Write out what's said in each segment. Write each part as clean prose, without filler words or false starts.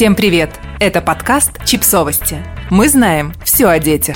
Всем привет! Это подкаст «Чипсовости». Мы знаем все о детях.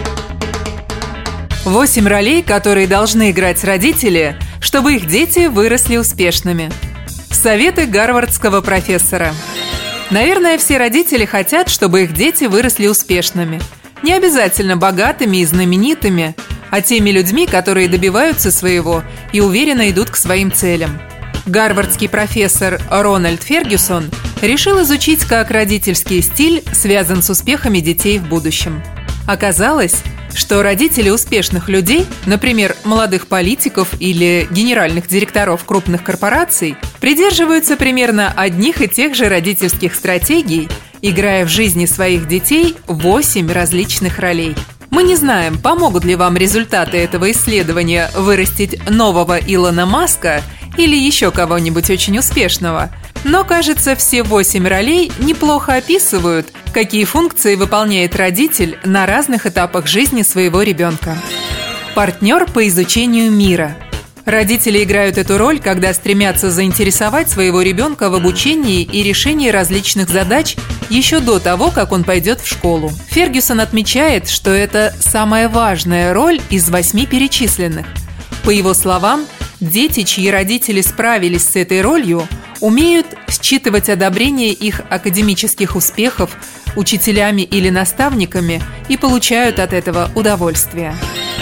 8 ролей, которые должны играть родители, чтобы их дети выросли успешными. Советы гарвардского профессора. Наверное, все родители хотят, чтобы их дети выросли успешными. Не обязательно богатыми и знаменитыми, а теми людьми, которые добиваются своего и уверенно идут к своим целям. Гарвардский профессор Рональд Фергюсон решил изучить, как родительский стиль связан с успехами детей в будущем. Оказалось, что родители успешных людей, например, молодых политиков или генеральных директоров крупных корпораций, придерживаются примерно одних и тех же родительских стратегий, играя в жизни своих детей 8 различных ролей. Мы не знаем, помогут ли вам результаты этого исследования вырастить нового Илона Маска или еще кого-нибудь очень успешного. Но, кажется, все 8 ролей неплохо описывают, какие функции выполняет родитель на разных этапах жизни своего ребенка. Партнер по изучению мира. Родители играют эту роль, когда стремятся заинтересовать своего ребенка в обучении и решении различных задач еще до того, как он пойдет в школу. Фергюсон отмечает, что это самая важная роль из 8 перечисленных. По его словам, дети, чьи родители справились с этой ролью, умеют считывать одобрение их академических успехов учителями или наставниками и получают от этого удовольствие.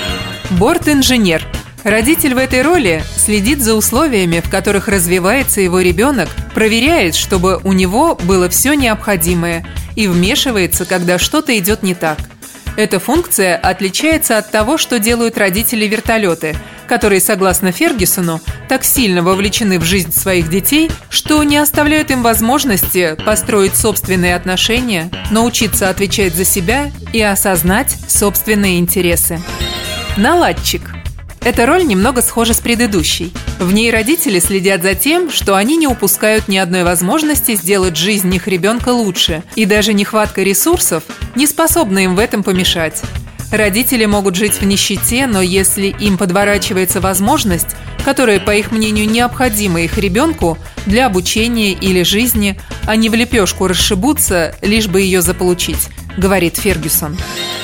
Борт-инженер. Родитель в этой роли следит за условиями, в которых развивается его ребенок, проверяет, чтобы у него было все необходимое, и вмешивается, когда что-то идет не так. Эта функция отличается от того, что делают родители-вертолеты, которые, согласно Фергюсону, так сильно вовлечены в жизнь своих детей, что не оставляют им возможности построить собственные отношения, научиться отвечать за себя и осознать собственные интересы. Наладчик. Эта роль немного схожа с предыдущей. В ней родители следят за тем, что они не упускают ни одной возможности сделать жизнь их ребенка лучше, и даже нехватка ресурсов не способна им в этом помешать. Родители могут жить в нищете, но если им подворачивается возможность, которая, по их мнению, необходима их ребенку для обучения или жизни, они в лепешку расшибутся, лишь бы ее заполучить, говорит Фергюсон.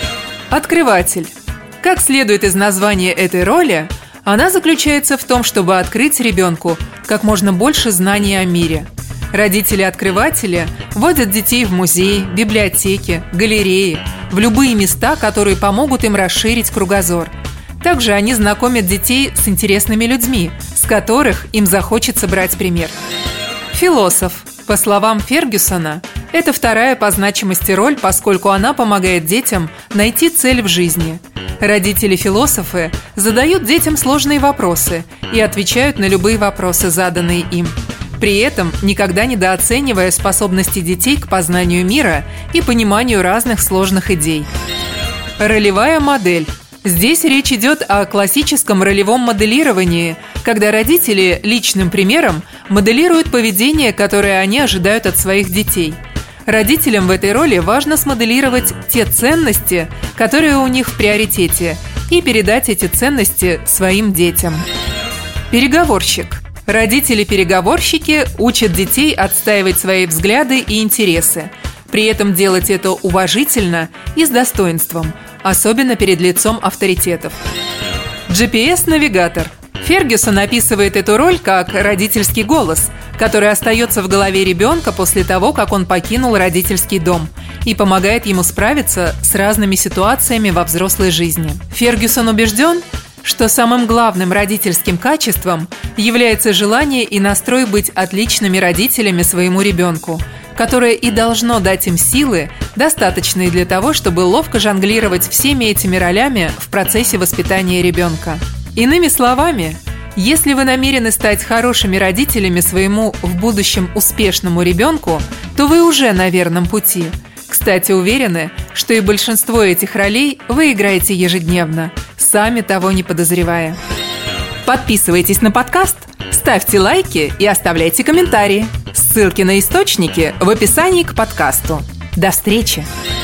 Открыватель. Как следует из названия этой роли, она заключается в том, чтобы открыть ребенку как можно больше знаний о мире. Родители-открыватели водят детей в музеи, библиотеки, галереи, в любые места, которые помогут им расширить кругозор. Также они знакомят детей с интересными людьми, с которых им захочется брать пример. Философ. По словам Фергюсона, это вторая по значимости роль, поскольку она помогает детям найти цель в жизни. Родители-философы задают детям сложные вопросы и отвечают на любые вопросы, заданные им. При этом никогда недооценивая способности детей к познанию мира и пониманию разных сложных идей. Ролевая модель. Здесь речь идет о классическом ролевом моделировании, когда родители личным примером моделируют поведение, которое они ожидают от своих детей. Родителям в этой роли важно смоделировать те ценности, которые у них в приоритете, и передать эти ценности своим детям. Переговорщик. Родители-переговорщики учат детей отстаивать свои взгляды и интересы, при этом делать это уважительно и с достоинством, особенно перед лицом авторитетов. GPS-навигатор. Фергюсон описывает эту роль как родительский голос, который остается в голове ребенка после того, как он покинул родительский дом, и помогает ему справиться с разными ситуациями во взрослой жизни. Фергюсон убежден, что самым главным родительским качеством является желание и настрой быть отличными родителями своему ребенку, которое и должно дать им силы, достаточные для того, чтобы ловко жонглировать всеми этими ролями в процессе воспитания ребенка. Иными словами, если вы намерены стать хорошими родителями своему в будущем успешному ребенку, то вы уже на верном пути. Кстати, уверены, что и большинство этих ролей вы играете ежедневно, сами того не подозревая. Подписывайтесь на подкаст, ставьте лайки и оставляйте комментарии. Ссылки на источники в описании к подкасту. До встречи!